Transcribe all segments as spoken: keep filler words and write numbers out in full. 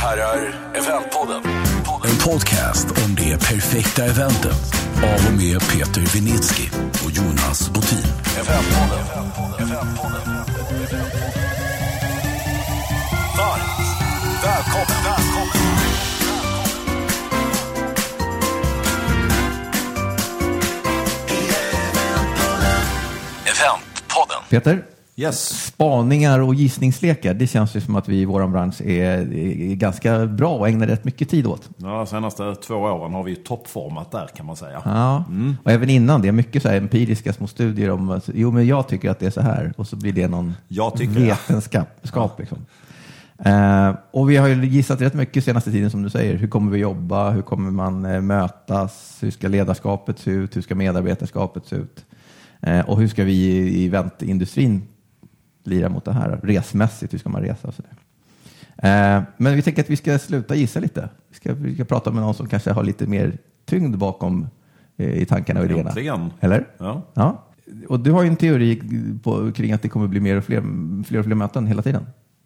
herrar, Eventpodden. En podcast om det perfekta eventet av och med Peter Vinitsky och Jonas Botin. Eventpodden. Eventpodden. Varmt välkommen, välkommen. Eventpodden. Peter? Yes. Spaningar och gissningslekar, det känns ju som att vi i vår bransch är, är ganska bra och ägnar rätt mycket tid åt. Ja, senaste två åren har vi toppformat där, kan man säga. Ja, mm. Och även innan det är mycket så här empiriska små studier om att, jo men jag tycker att det är så här, och så blir det någon vetenskap. Ja. Liksom. Uh, och vi har ju gissat rätt mycket senaste tiden, som du säger. Hur kommer vi jobba? Hur kommer man uh, mötas? Hur ska ledarskapet se ut? Hur ska medarbetarskapet se ut? Uh, och hur ska vi i eventindustrin lira mot det här resmässigt? Hur ska man resa och så där? Uh, men vi tänker att vi ska sluta gissa lite. Vi ska, vi ska prata med någon som kanske har lite mer tyngd bakom uh, i tankarna och idéerna. Äntligen. Eller? Ja. Ja. Och du har ju en teori på, kring att det kommer bli mer och fler, fler och fler möten hela tiden.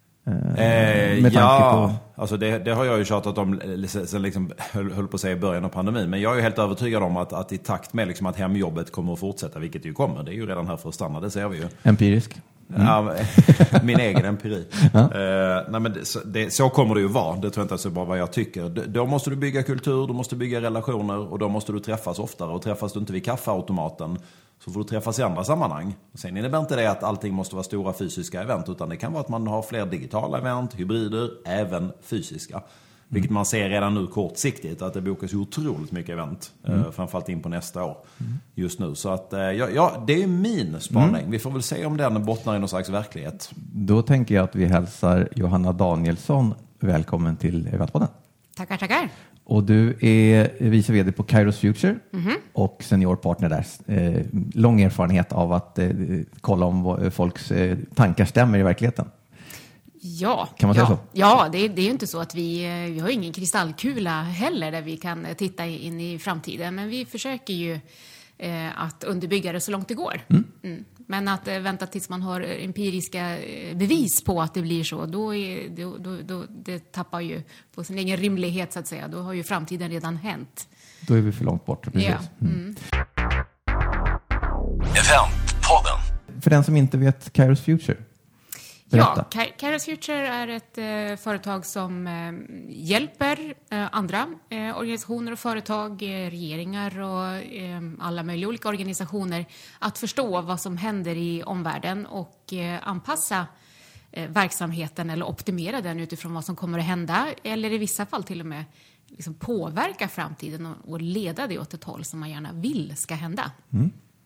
Eh, ja, på... alltså det, det har jag ju tjatat om sen liksom höll, höll på att säga i början av pandemin. Men jag är ju helt övertygad om att, att i takt med liksom att hemjobbet kommer att fortsätta, vilket ju kommer, det är ju redan här för att stanna, det ser vi ju. Empirisk. Mm. Ja, min egen empiri. Ja. Eh, nej men det, så, det, så kommer det ju vara. Det tror jag inte så bara vad jag tycker. D- då måste du bygga kultur, du måste bygga relationer, och då måste du träffas oftare. Och träffas du inte vid kaffeautomaten, så får du träffas i andra sammanhang. Sen innebär inte det att allting måste vara stora fysiska event, utan det kan vara att man har fler digitala event, hybrider, även fysiska. Mm. Vilket man ser redan nu kortsiktigt, att det bokas otroligt mycket event. Mm. Eh, framförallt in på nästa år mm. just nu. Så att, eh, ja, ja, det är min spaning. Mm. Vi får väl se om den bottnar i någon slags verklighet. Då tänker jag att vi hälsar Johanna Danielsson välkommen till Eventpodden. Tackar, tackar. Och du är vice vd på Kairos Future mm-hmm. och senior partner där. Eh, lång erfarenhet av att eh, kolla om folks eh, tankar stämmer i verkligheten. Ja, kan man ja, säga så? Ja, det är, det är ju inte så att vi, vi har ingen kristallkula heller där vi kan titta in i framtiden. Men vi försöker ju eh, att underbygga det så långt det går. Mm. Mm. Men att eh, vänta tills man har empiriska bevis på att det blir så, då, är, då, då, då det tappar ju på sin egen rimlighet så att säga. Då har ju framtiden redan hänt. Då är vi för långt bort. Precis. Ja. Mm. Eventpodden. För den som inte vet Kairos Future. Berätta. Ja, Kairos Future är ett eh, företag som eh, hjälper eh, andra eh, organisationer och företag, eh, regeringar och eh, alla möjliga olika organisationer att förstå vad som händer i omvärlden och eh, anpassa eh, verksamheten eller optimera den utifrån vad som kommer att hända, eller i vissa fall till och med liksom påverka framtiden och, och leda det åt ett håll som man gärna vill ska hända. Mm.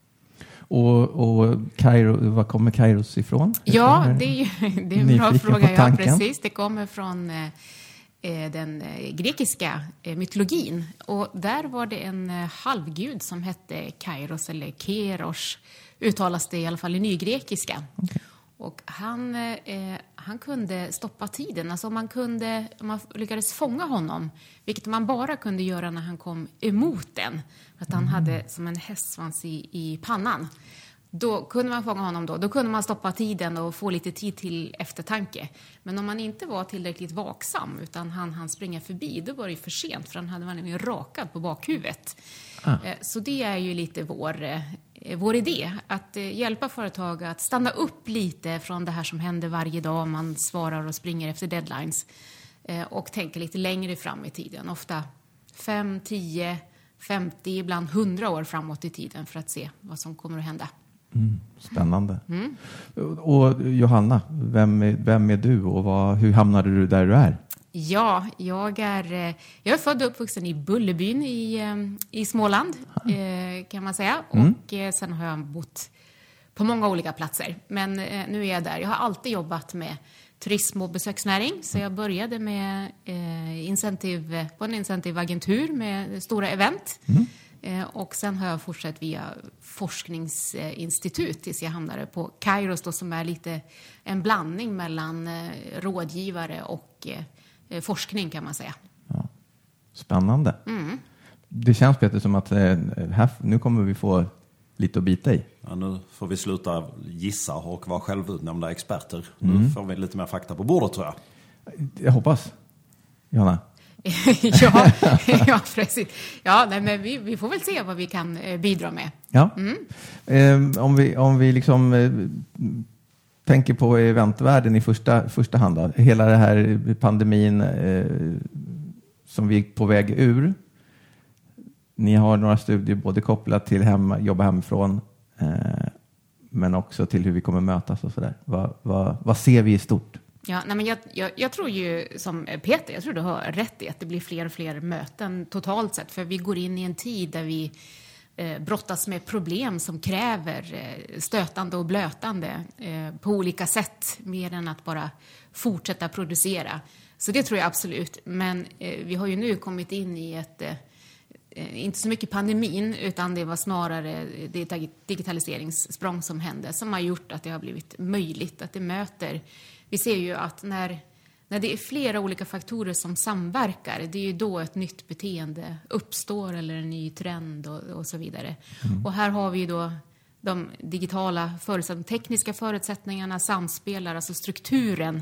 Och, och Kairo, vad kommer Kairos ifrån? Ja, det är, ju, det är en bra fråga. Ja, precis. Det kommer från eh, den grekiska eh, mytologin. Och där var det en eh, halvgud som hette Kairos, eller Keros, uttalas det i alla fall i nygrekiska. Okay. Och han, eh, han kunde stoppa tiden. Alltså man, kunde, man lyckades fånga honom, vilket man bara kunde göra när han kom emot den. Att han mm. hade som en hästsvans i, i pannan. Då kunde man fånga honom då. Då kunde man stoppa tiden och få lite tid till eftertanke. Men om man inte var tillräckligt vaksam utan han, han springa förbi, då var det för sent. För han hade man rakad på bakhuvudet. Ah. Så det är ju lite vår, vår idé. Att hjälpa företag att stanna upp lite från det här som händer varje dag. Man svarar och springer efter deadlines. Och tänker lite längre fram i tiden. Ofta fem, tio, femtio, ibland hundra år framåt i tiden för att se vad som kommer att hända. Mm, spännande. Mm. Och Johanna, vem är, vem är du och vad, hur hamnade du där du är? Ja, jag är, jag är född och uppvuxen i Bullerbyn i, i Småland, mm. kan man säga. Mm. Och sen har jag bott på många olika platser. Men nu är jag där. Jag har alltid jobbat med turism och besöksnäring. Så jag började med eh, incentive, på en incentivagentur med stora event. Mm. Eh, och sen har jag fortsatt via forskningsinstitut tills jag hamnade på Kairos då, som är lite en blandning mellan eh, rådgivare och eh, forskning kan man säga. Ja. Spännande. Mm. Det känns, Peter, som att eh, här, nu kommer vi få lite att bita i. Ja, nu får vi sluta gissa och vara självutnämnda experter. Mm. Nu får vi lite mer fakta på bordet, tror jag. Jag hoppas. Johanna? ja, ja, precis. Ja, nej, men vi, vi får väl se vad vi kan eh, bidra med. Ja. Mm. Eh, om vi, om vi liksom eh, tänker på eventvärlden i första, första hand då. Hela det här pandemin eh, som vi är på väg ur. Ni har några studier både kopplat till hemma, jobba hemifrån eh, men också till hur vi kommer mötas och sådär. Vad, vad, vad ser vi i stort? Ja, nej, men jag, jag, jag tror ju som Peter, jag tror du har rätt i att det blir fler och fler möten totalt sett. För vi går in i en tid där vi eh, brottas med problem som kräver eh, stötande och blötande eh, på olika sätt. Mer än att bara fortsätta producera. Så det tror jag absolut. Men eh, vi har ju nu kommit in i ett... Eh, inte så mycket pandemin, utan det var snarare det digitaliseringssprång som hände som har gjort att det har blivit möjligt att det möter. Vi ser ju att när, när det är flera olika faktorer som samverkar, det är ju då ett nytt beteende uppstår eller en ny trend och, och så vidare. Mm. Och här har vi ju då de digitala förutsättningarna, tekniska förutsättningarna samspelar, alltså strukturen,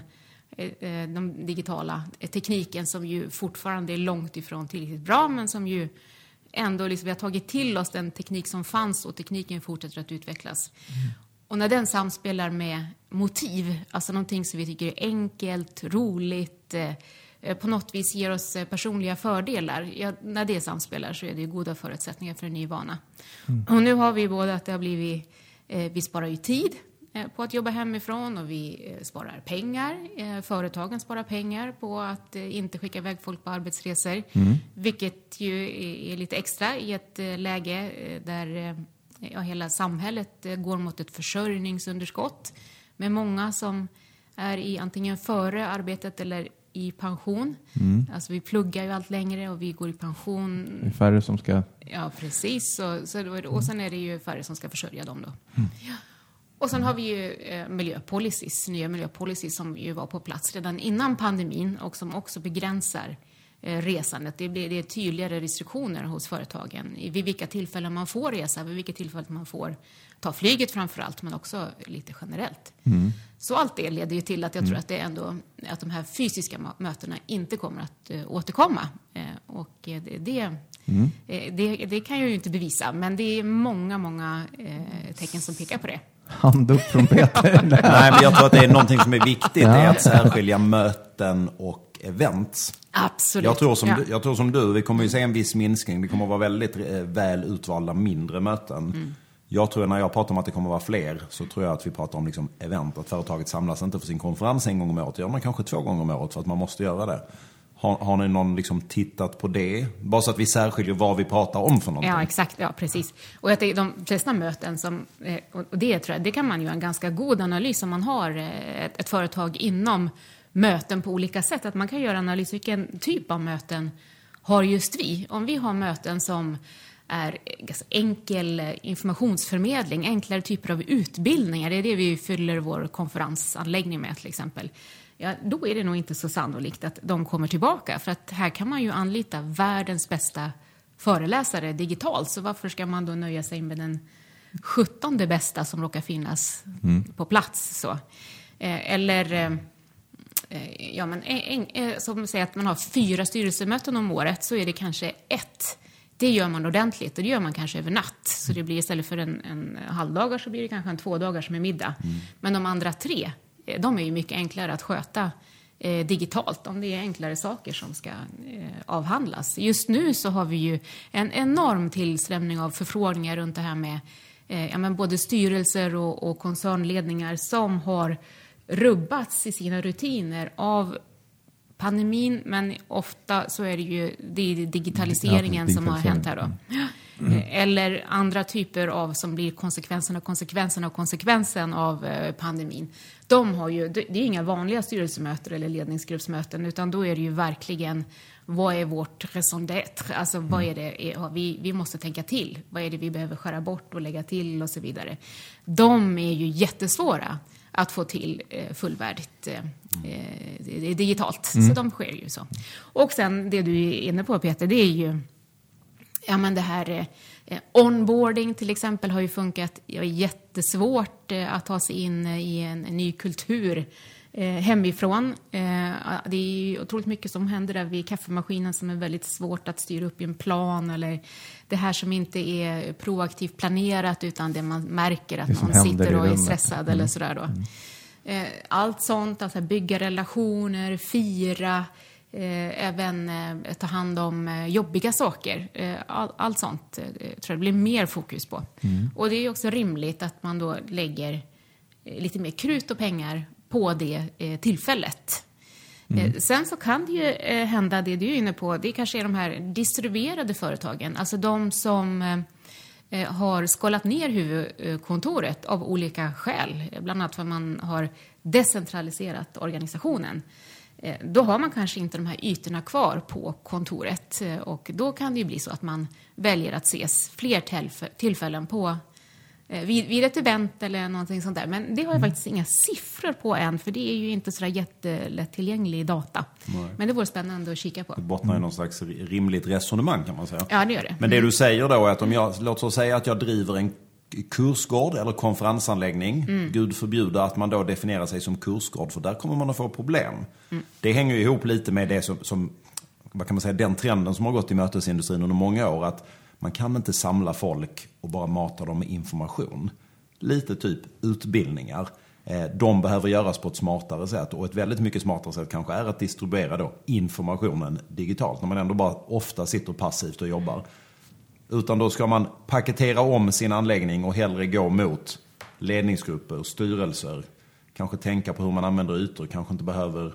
de digitala tekniken som ju fortfarande är långt ifrån tillräckligt bra, men som ju ändå liksom vi har tagit till oss den teknik som fanns och tekniken fortsätter att utvecklas. Mm. Och när den samspelar med motiv, alltså någonting som vi tycker är enkelt, roligt, eh, på något vis ger oss personliga fördelar. Ja, när det samspelar så är det goda förutsättningar för en ny vana. Mm. Och nu har vi både att det har blivit, eh, vi sparar ju tid på att jobba hemifrån och vi sparar pengar. Företagen sparar pengar på att inte skicka iväg folk på arbetsresor. Mm. Vilket ju är lite extra i ett läge där ja, hela samhället går mot ett försörjningsunderskott. Med många som är i antingen före arbetet eller i pension. Mm. Alltså vi pluggar ju allt längre och vi går i pension. Det är färre som ska... Ja, precis. Så, så, och sen är det ju färre som ska försörja dem då. Mm. Ja. Och sen har vi ju eh, miljöpolicies, nya miljöpolicies som ju var på plats redan innan pandemin och som också begränsar eh, resandet. Det blir det är tydligare restriktioner hos företagen i vid vilka tillfällen man får resa, vid vilka tillfällen man får ta flyget framförallt, men också lite generellt. Mm. Så allt det leder ju till att jag mm. tror att det är ändå att de här fysiska mötena inte kommer att eh, återkomma. Eh, och eh, det, mm. eh, det, det kan jag ju inte bevisa, men det är många, många eh, tecken som pekar på det. Hand upp från Peter. Nej, men jag tror att det är någonting som är viktigt, ja. är att särskilja möten och events. Absolut. Jag tror, som ja. du, jag tror som du, vi kommer ju se en viss minskning. Det kommer att vara väldigt eh, väl utvalda mindre möten. Mm. Jag tror när jag pratar om att det kommer att vara fler, så tror jag att vi pratar om liksom event. Att företaget samlas inte för sin konferens en gång om året. Gör man kanske två gånger om året för att man måste göra det. Har, har ni någon liksom tittat på det? Bara så att vi särskiljer vad vi pratar om för någonting. Ja, exakt. Ja, precis. Och jag tänker, de flesta möten som, och det tror jag, det kan man ju ha en ganska god analys om man har ett, ett företag inom möten på olika sätt. Att man kan göra analys vilken typ av möten har just vi. Om vi har möten som är ganska enkel informationsförmedling, enklare typer av utbildningar. Det är det vi fyller vår konferensanläggning med till exempel. Ja, då är det nog inte så sannolikt att de kommer tillbaka. För att här kan man ju anlita världens bästa föreläsare digitalt. Så varför ska man då nöja sig med den sjuttonde bästa som råkar finnas mm. på plats? Så. Eh, eller, eh, ja men en, en, som säger att man har fyra styrelsemöten om året, så är det kanske ett. Det gör man ordentligt och det gör man kanske över natt. Så det blir istället för en, en halvdagar så blir det kanske en två dagars med middag. Mm. Men de andra tre, de är ju mycket enklare att sköta eh, digitalt om det är enklare saker som ska eh, avhandlas. Just nu så har vi ju en enorm tillströmning av förfrågningar runt det här med eh, ja, men både styrelser och, och koncernledningar som har rubbats i sina rutiner av pandemin, men ofta så är det ju det är digitaliseringen ja, som har hänt här då. Mm. Eller andra typer av som blir konsekvenserna och konsekvenserna och konsekvensen av pandemin. De har ju, det är inga vanliga styrelsemöten eller ledningsgruppsmöten, utan då är det ju verkligen vad är vårt raison d'être? Alltså vad är det vi, vi måste tänka till? Vad är det vi behöver skära bort och lägga till och så vidare. De är ju jättesvåra att få till eh, fullvärdigt eh, digitalt. Mm. Så de sker ju så. Och sen det du är inne på Peter, det är ju ja men det här eh, onboarding till exempel har ju funkat ja, jättesvårt eh, att ta sig in i en, en ny kultur eh, hemifrån. Eh, det är ju otroligt mycket som händer där vid kaffemaskinen som är väldigt svårt att styra upp i en plan, eller det här som inte är proaktivt planerat utan det man märker att någon sitter och är stressad mm. eller sådär då. Mm. Eh, allt sånt, alltså bygga relationer, fira, Eh, även eh, ta hand om eh, jobbiga saker. Eh, all, allt sånt eh, tror jag det blir mer fokus på. Mm. Och det är också rimligt att man då lägger eh, lite mer krut och pengar på det eh, tillfället. Mm. Eh, sen så kan det ju eh, hända det du är inne på. Det kanske är de här distribuerade företagen. Alltså de som eh, har skalat ner huvudkontoret av olika skäl. Bland annat för att man har decentraliserat organisationen. Då har man kanske inte de här ytorna kvar på kontoret och då kan det ju bli så att man väljer att ses fler tillfällen på vid, vid ett event eller någonting sånt där. Men det har jag mm. faktiskt inga siffror på än, för det är ju inte så jättelättillgänglig data. Nej. Men det vore spännande att kika på. Det bottnar i någon slags rimligt resonemang kan man säga. Ja, det gör det. Men det du säger då är att om jag, låt oss säga att jag driver en kursgård eller konferensanläggning. Mm. Gud förbjuda att man då definierar sig som kursgård, för där kommer man att få problem. Mm. Det hänger ju ihop lite med det som, som, vad kan man säga, den trenden som har gått i mötesindustrin under många år, att man kan inte samla folk och bara mata dem med information. Lite typ utbildningar. De behöver göras på ett smartare sätt, och ett väldigt mycket smartare sätt kanske är att distribuera då informationen digitalt, när man ändå bara ofta sitter passivt och jobbar. Utan då ska man paketera om sin anläggning och hellre gå mot ledningsgrupper, styrelser. Kanske tänka på hur man använder ytor, kanske inte behöver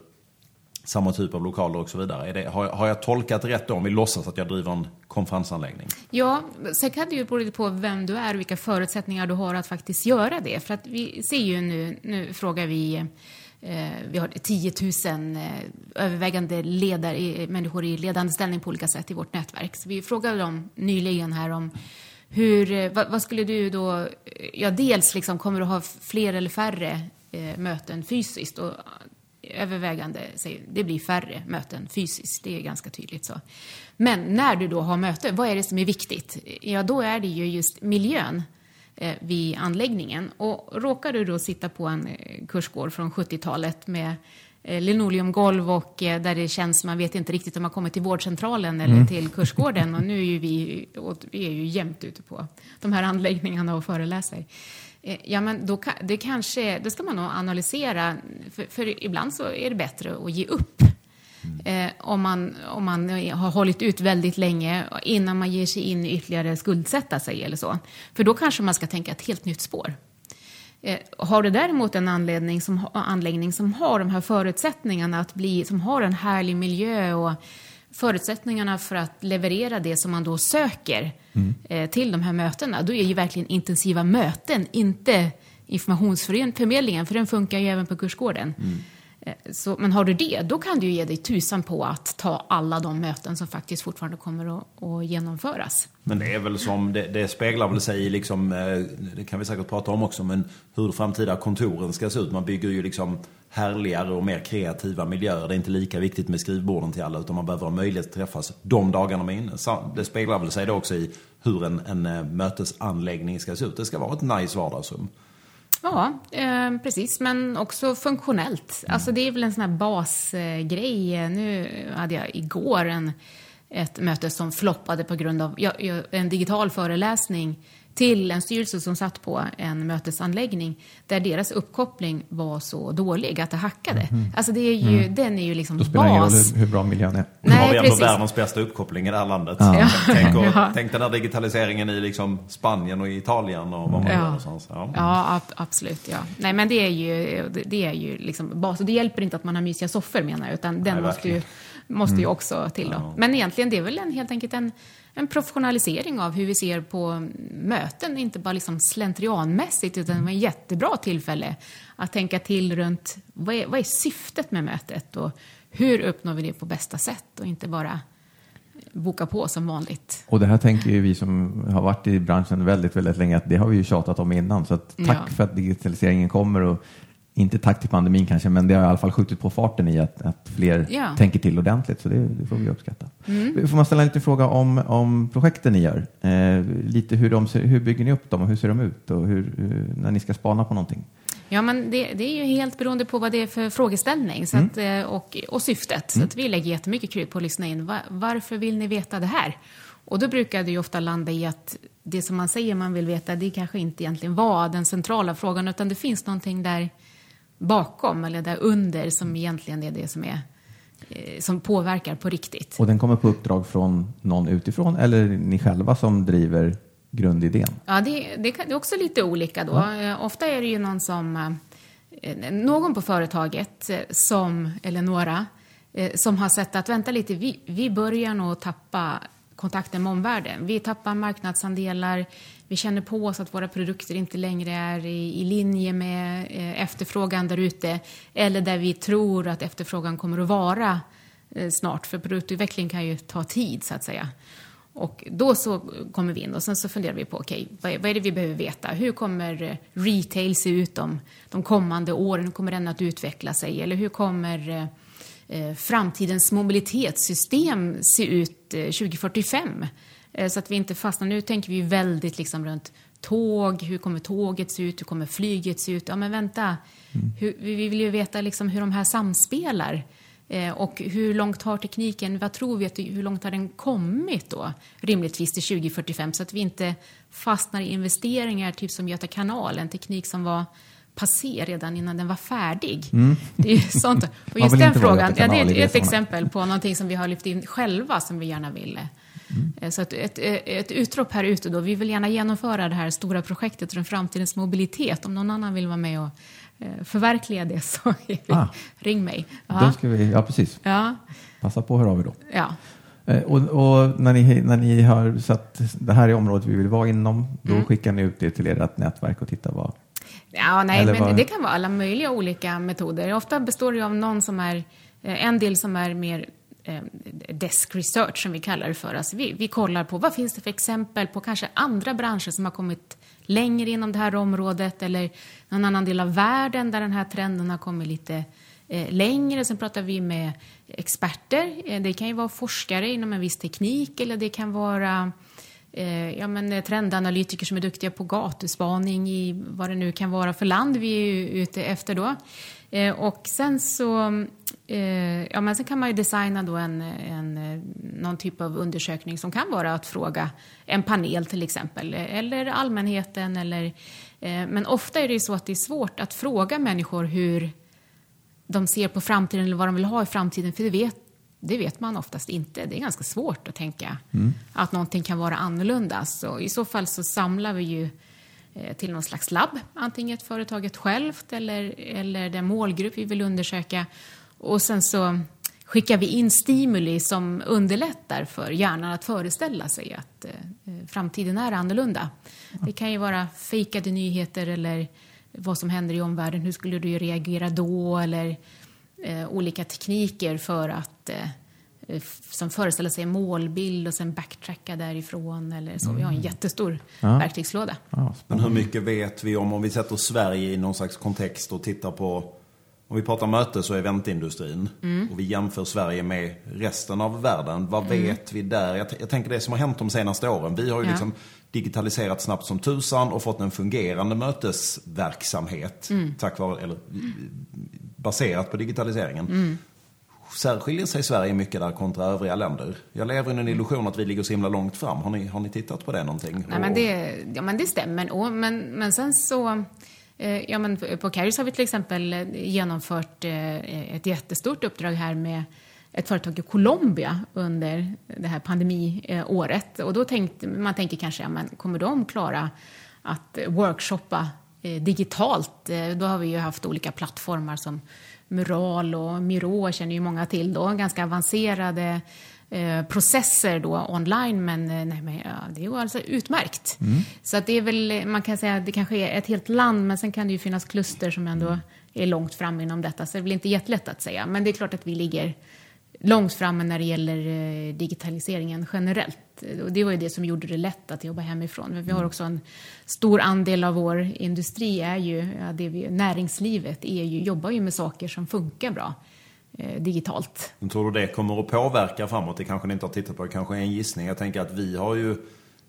samma typ av lokaler och så vidare. Är det, har, har jag tolkat rätt då om vi låtsas att jag driver en konferensanläggning? Ja, sen kan det ju bero på vem du är och vilka förutsättningar du har att faktiskt göra det. För att vi ser ju nu, nu frågar vi... Eh, vi har tio tusen eh, övervägande ledare, människor i ledande ställning på olika sätt i vårt nätverk. Så vi frågade dem nyligen här om hur, eh, vad, vad skulle du då, ja dels liksom kommer du ha fler eller färre eh, möten fysiskt, och övervägande säger det blir färre möten fysiskt, det är ganska tydligt så. Men när du då har möte, vad är det som är viktigt? Ja, då är det ju just miljön vid anläggningen. Och råkar du då sitta på en kursgård från sjuttiotalet med linoleumgolv och där det känns, man vet inte riktigt om man kommer till vårdcentralen eller mm. till kursgården, och nu är ju vi, vi är ju jämt ute på de här anläggningarna och föreläser. Ja, men då, det kanske, då ska man nog analysera, för, för ibland så är det bättre att ge upp. Mm. Eh, om, man, om man har hållit ut väldigt länge innan man ger sig in i ytterligare skuldsätta sig eller så. För då kanske man ska tänka ett helt nytt spår. Eh, har du däremot en anläggning som, anläggning som har de här förutsättningarna att bli, som har en härlig miljö och förutsättningarna för att leverera det som man då söker mm. eh, till de här mötena, då är ju verkligen intensiva möten, inte informationsförmedlingen, för den funkar ju även på kursgården. Mm. Så, men har du det, då kan du ju ge dig tusan på att ta alla de möten som faktiskt fortfarande kommer att, att genomföras. Men det är väl som, det, det speglar väl sig i liksom, det kan vi säkert prata om också, men hur framtida kontoren ska se ut. Man bygger ju liksom härligare och mer kreativa miljöer. Det är inte lika viktigt med skrivborden till alla, utan man behöver ha möjlighet att träffas de dagarna man är inne. Det speglar väl sig då också i hur en, en mötesanläggning ska se ut. Det ska vara ett nice vardagsrum. Ja, eh, precis. Men också funktionellt. Mm. Alltså det är väl en sån här basgrej. Eh, nu hade jag igår en, ett möte som floppade på grund av ja, en digital föreläsning till en styrelse som satt på en mötesanläggning där deras uppkoppling var så dålig att det hackade. Mm. Alltså det är ju, mm. den är ju liksom bas. Då spelar det ingen roll hur, hur bra miljön är. Nu har vi ändå världens bästa uppkoppling i det här landet. Ja. Tänk, och, ja. tänk den här digitaliseringen i liksom Spanien och Italien och vad man ja. gör någonstans. Ja, ja ab- absolut. Ja. Nej, men det är ju, det är ju liksom bas. Och det hjälper inte att man har mysiga soffor, menar jag, utan den Nej, måste ju, måste ju också till. Då. Ja. Men egentligen det är väl en, helt enkelt en en professionalisering av hur vi ser på möten, inte bara liksom slentrianmässigt, utan en jättebra tillfälle att tänka till runt vad är, vad är syftet med mötet och hur uppnår vi det på bästa sätt och inte bara boka på som vanligt. Och det här tänker ju vi som har varit i branschen väldigt, väldigt länge, att det har vi ju tjatat om innan, så att tack ja. för att digitaliseringen kommer, och inte tack till pandemin kanske, men det har i alla fall skjutit på farten i att, att fler ja. tänker till ordentligt, så det, det får vi uppskatta. Mm. Får man ställa lite fråga om, om projekten ni gör? Eh, lite hur, de ser, hur bygger ni upp dem och hur ser de ut? Och hur, hur, när ni ska spana på någonting? Ja, men det, det är ju helt beroende på vad det är för frågeställning så att, mm. och, och syftet. Mm. Så att vi lägger jättemycket krut på att lyssna in. Var, varför vill ni veta det här? Och då brukar det ju ofta landa i att det som man säger man vill veta, det kanske inte egentligen var den centrala frågan, utan det finns någonting där bakom eller där under som egentligen är det som är som påverkar på riktigt. Och den kommer på uppdrag från någon utifrån eller ni själva som driver grundidén? Ja, det, det, det är också lite olika då. Ja. Ofta är det ju någon som någon på företaget som, eller några som har sett att vänta lite, vi, vi börjar nog tappa kontakten med omvärlden. Vi tappar marknadsandelar, vi känner på oss att våra produkter inte längre är i, i linje med eh, efterfrågan där ute eller där vi tror att efterfrågan kommer att vara eh, snart, för produktutveckling kan ju ta tid så att säga. Och då så kommer vi in och sen så funderar vi på okej, okay, vad, vad är det vi behöver veta? Hur kommer retail se ut om de kommande åren? Hur kommer den att utveckla sig? Eller hur kommer eh, Eh, framtidens mobilitetssystem se ut eh, tjugo fyrtiofem eh, så att vi inte fastnar. Nu tänker vi väldigt liksom runt tåg, hur kommer tåget se ut, hur kommer flyget se ut, ja men vänta mm. hur, vi vill ju veta liksom hur de här samspelar eh, och hur långt har tekniken, vad tror vi att hur långt har den kommit då rimligtvis till tjugo fyrtiofem så att vi inte fastnar i investeringar typ som Göta kanal, en teknik som var passé redan innan den var färdig. Mm. Det är ju sånt. Och just den frågan, ja, det är ett, ett exempel på någonting som vi har lyft in själva som vi gärna vill. Mm. Så att ett, ett utrop här ute då, vi vill gärna genomföra det här stora projektet för framtidens mobilitet. Om någon annan vill vara med och förverkliga det så ah. ring mig. Ja. Då ska vi, ja precis. Ja. Passa på, hör av er då. Ja. Och, och när, ni, när ni har satt det här i området vi vill vara inom, då mm. skickar ni ut det till ert nätverk och tittar vad. Ja, nej, men vad... det kan vara alla möjliga olika metoder. Ofta består det av någon som är, en del som är mer eh, desk research som vi kallar det för. Alltså vi, vi kollar på vad finns det för exempel på kanske andra branscher som har kommit längre inom det här området eller någon annan del av världen där den här trenden har kommit lite eh, längre. Sen pratar vi med experter. Det kan ju vara forskare inom en viss teknik eller det kan vara ja, men trendanalytiker som är duktiga på gatuspaning i vad det nu kan vara för land vi är ute efter då. Eh, och sen så eh, ja, men sen kan man ju designa då en, en, någon typ av undersökning som kan vara att fråga en panel till exempel eller allmänheten eller eh, men ofta är det ju så att det är svårt att fråga människor hur de ser på framtiden eller vad de vill ha i framtiden, för det vet Det vet man oftast inte. Det är ganska svårt att tänka mm. att någonting kan vara annorlunda. Så i så fall så samlar vi ju eh, till någon slags labb. Antingen ett företaget självt eller, eller den målgrupp vi vill undersöka. Och sen så skickar vi in stimuli som underlättar för hjärnan att föreställa sig att eh, framtiden är annorlunda. Mm. Det kan ju vara fejkade nyheter eller vad som händer i omvärlden. Hur skulle du reagera då? Eller Eh, olika tekniker för att eh, som föreställer sig en målbild och sen backtracka därifrån eller så. Mm. Vi har en jättestor ja. verktygslåda. Ja, men hur mycket vet vi om om vi sätter Sverige i någon slags kontext och tittar på, om vi pratar mötes- och eventindustrin mm. och vi jämför Sverige med resten av världen, vad mm. vet vi där? Jag, t- jag tänker det som har hänt de senaste åren. Vi har ju ja. liksom digitaliserat snabbt som tusan och fått en fungerande mötesverksamhet mm. tack vare, eller baserat på digitaliseringen. Mm. Särskiljer sig Sverige mycket där kontra övriga länder? Jag lever i en illusion att vi ligger så himla långt fram. Har ni, har ni tittat på det någonting? Nej, men det, ja, men det stämmer. Och, men, men sen så... Eh, ja, men på Kairos har vi till exempel genomfört eh, ett jättestort uppdrag här med ett företag i Colombia under det här pandemiåret. Och då tänkte man tänker kanske, ja, men kommer de klara att workshoppa eh, digitalt? Eh, då har vi ju haft olika plattformar som Mural och Miro känner ju många till då. Ganska avancerade eh, processer då online, men, eh, nej, men ja, det är ju alltså utmärkt. Mm. Så att det är väl, man kan säga att det kanske är ett helt land, men sen kan det ju finnas kluster som ändå är långt fram inom detta. Så det är väl inte jättelätt att säga, men det är klart att vi ligger långt framme när det gäller eh, digitaliseringen generellt. Och det var ju det som gjorde det lätt att jobba hemifrån. Men vi har också en stor andel av vår industri är ju, ja, det vi, näringslivet är ju, jobbar ju med saker som funkar bra eh, digitalt. Jag tror du det kommer att påverka framåt? Det kanske ni inte har tittat på, det kanske är en gissning. Jag tänker att vi har ju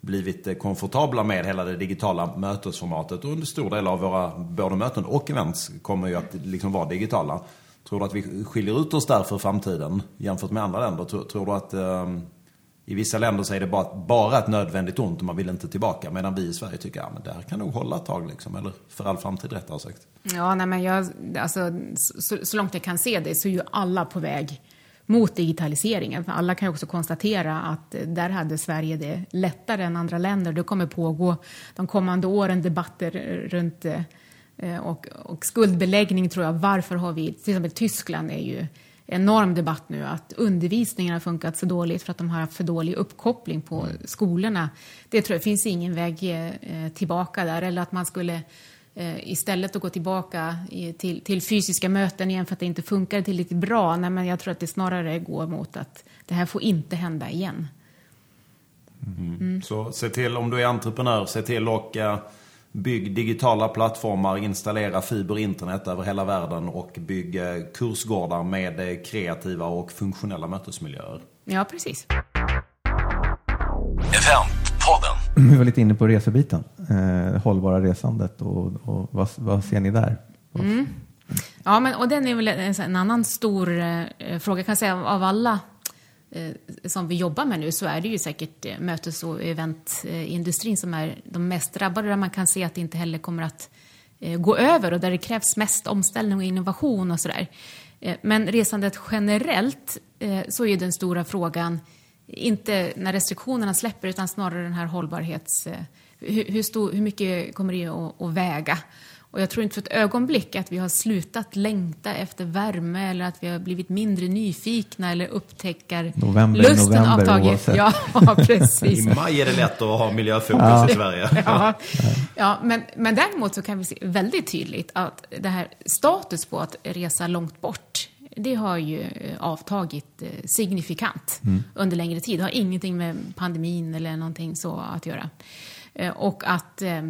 blivit komfortabla med hela det digitala mötesformatet. Och en stor del av våra både möten och events kommer ju att liksom vara digitala. Tror du att vi skiljer ut oss där för framtiden jämfört med andra länder? Tror, tror du att eh, i vissa länder så är det bara, bara ett nödvändigt ont och man vill inte tillbaka, medan vi i Sverige tycker ja, men det här kan nog hålla ett tag liksom, eller för all framtid rättare sagt? Ja, nej, men jag, alltså, så, så långt jag kan se det så är ju alla på väg mot digitaliseringen. För alla kan ju också konstatera att där hade Sverige det lättare än andra länder. Det kommer pågå de kommande åren debatter runt eh, och, och skuldbeläggning tror jag. Varför har vi, till exempel Tyskland är ju enorm debatt nu att undervisningen har funkat så dåligt för att de har haft för dålig uppkoppling på mm. skolorna. Det tror jag finns ingen väg eh, tillbaka där, eller att man skulle eh, istället att gå tillbaka i, till, till fysiska möten igen för att det inte funkar tillräckligt bra. Nej, men jag tror att det snarare går mot att det här får inte hända igen. Mm. Mm. Så se till, om du är entreprenör, se till och uh, bygg digitala plattformar, installera fiber internet över hela världen och bygg uh, kursgårdar med uh, kreativa och funktionella mötesmiljöer. Ja, precis. Eventpodden. Vi var lite inne på resebiten, eh, hållbara resandet och, och vad, vad ser ni där? Mm. Ja, men, och den är väl en, en annan stor eh, fråga kan jag säga av alla eh, som vi jobbar med nu, så är det ju säkert eh, mötes- och eventindustrin som är de mest drabbade, där man kan se att det inte heller kommer att eh, gå över och där det krävs mest omställning och innovation och sådär. Eh, men resandet generellt eh, så är den stora frågan inte när restriktionerna släpper, utan snarare den här hållbarhets... Eh, hur, hur, stor, hur mycket kommer det att, att väga? Och jag tror inte för ett ögonblick att vi har slutat längta efter värme eller att vi har blivit mindre nyfikna eller upptäcker november, lusten november, av taget. Ja, precis. I maj är det lätt att ha miljöfokus ja. i Sverige. Ja, ja men, men däremot så kan vi se väldigt tydligt att det här status på att resa långt bort, det har ju avtagit signifikant mm. under längre tid. Det har ingenting med pandemin eller någonting så att göra. Och att eh,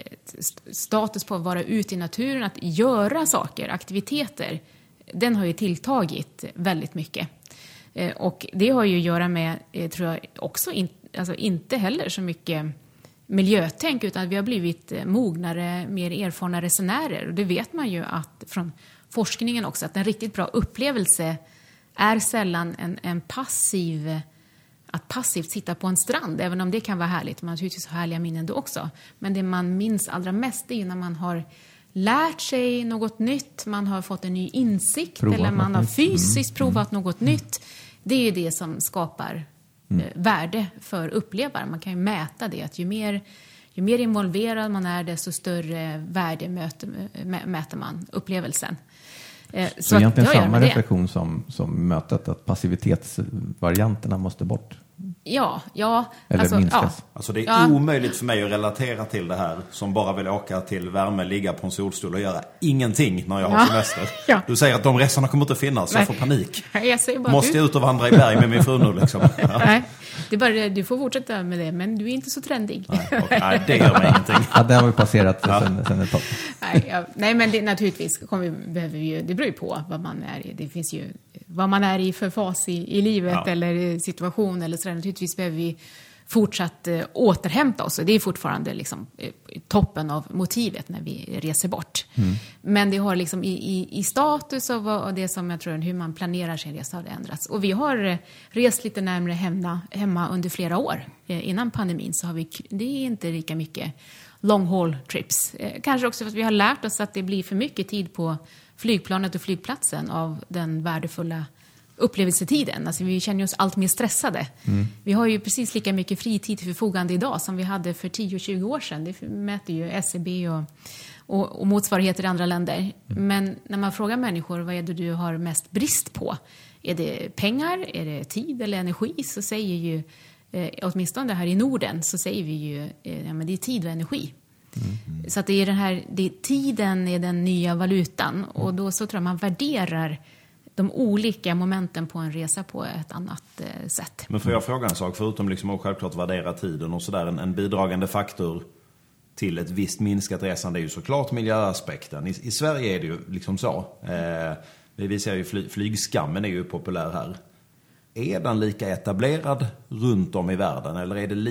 status på att vara ute i naturen, att göra saker, aktiviteter, den har ju tilltagit väldigt mycket. Eh, och det har ju att göra med, eh, tror jag, också in, alltså inte heller så mycket miljötänk, utan vi har blivit mognare, mer erfarna resenärer. Och det vet man ju att från forskningen också, att en riktigt bra upplevelse är sällan en, en passiv... Att passivt sitta på en strand, även om det kan vara härligt. Man har naturligtvis härliga minnen då också. Men det man minns allra mest är när man har lärt sig något nytt. Man har fått en ny insikt. Provat eller man har fysiskt mm. provat mm. något mm. nytt. Det är det som skapar mm. eh, värde för upplevaren. Man kan ju mäta det. Att ju mer, ju mer involverad man är, desto större värde möter, mä, mäter man upplevelsen. Eh, så, så egentligen samma reflektion som, som mötet, att passivitetsvarianterna måste bort. Ja, ja. Eller alltså, minskas. Ja. Alltså det är ja. omöjligt för mig att relatera till det här som bara vill åka till värme, ligga på en solstol och göra ingenting när jag har ja. semester. Ja. Du säger att de resorna kommer inte att finnas, nej. Jag får panik. Jag säger bara, måste du... jag ut och vandra i berg med min fru nu liksom. Ja. Nej, det är bara, du får fortsätta med det, men du är inte så trendig. Nej, och, nej det gör mig ingenting. Ja, det har vi passerat ja. sen, sen ett tag. Nej, ja, nej, men det, naturligtvis kommer vi, behöver vi ju, det beror ju på vad man är i. Det finns ju vad man är i för fas i, i livet ja. eller situation eller sådär. Naturligtvis behöver vi fortsatt eh, återhämta oss. Och det är fortfarande liksom, eh, toppen av motivet när vi reser bort. Mm. Men det har liksom i, i, i status och, och det som jag tror hur man planerar sin resa har det ändrats. Och vi har eh, rest lite närmare hemma, hemma under flera år. Eh, innan pandemin så har vi, det är inte lika mycket long haul trips. Eh, kanske också för att vi har lärt oss att det blir för mycket tid på flygplanet och flygplatsen av den värdefulla upplevelsetiden. Alltså vi känner oss allt mer stressade. Mm. Vi har ju precis lika mycket fritid till förfogande idag som vi hade för tio till tjugo år sedan. Det mäter ju S E B och, och, och motsvarigheter i andra länder. Mm. Men när man frågar människor vad är det du har mest brist på? Är det pengar? Är det tid eller energi? Så säger ju, eh, åtminstone här i Norden, så säger vi ju eh, ja, men det är tid och energi. Mm. Så att det är den här, det är, tiden är den nya valutan. Mm. Och då så tror jag man värderar de olika momenten på en resa på ett annat eh, sätt. Men får jag fråga en sak, förutom liksom att självklart värdera tiden och sådär, en, en bidragande faktor till ett visst minskat resande är ju såklart miljöaspekten. I, i Sverige är det ju liksom så. Eh, vi ser ju fly, flygskammen är ju populär här. Är den lika etablerad runt om i världen eller är det lite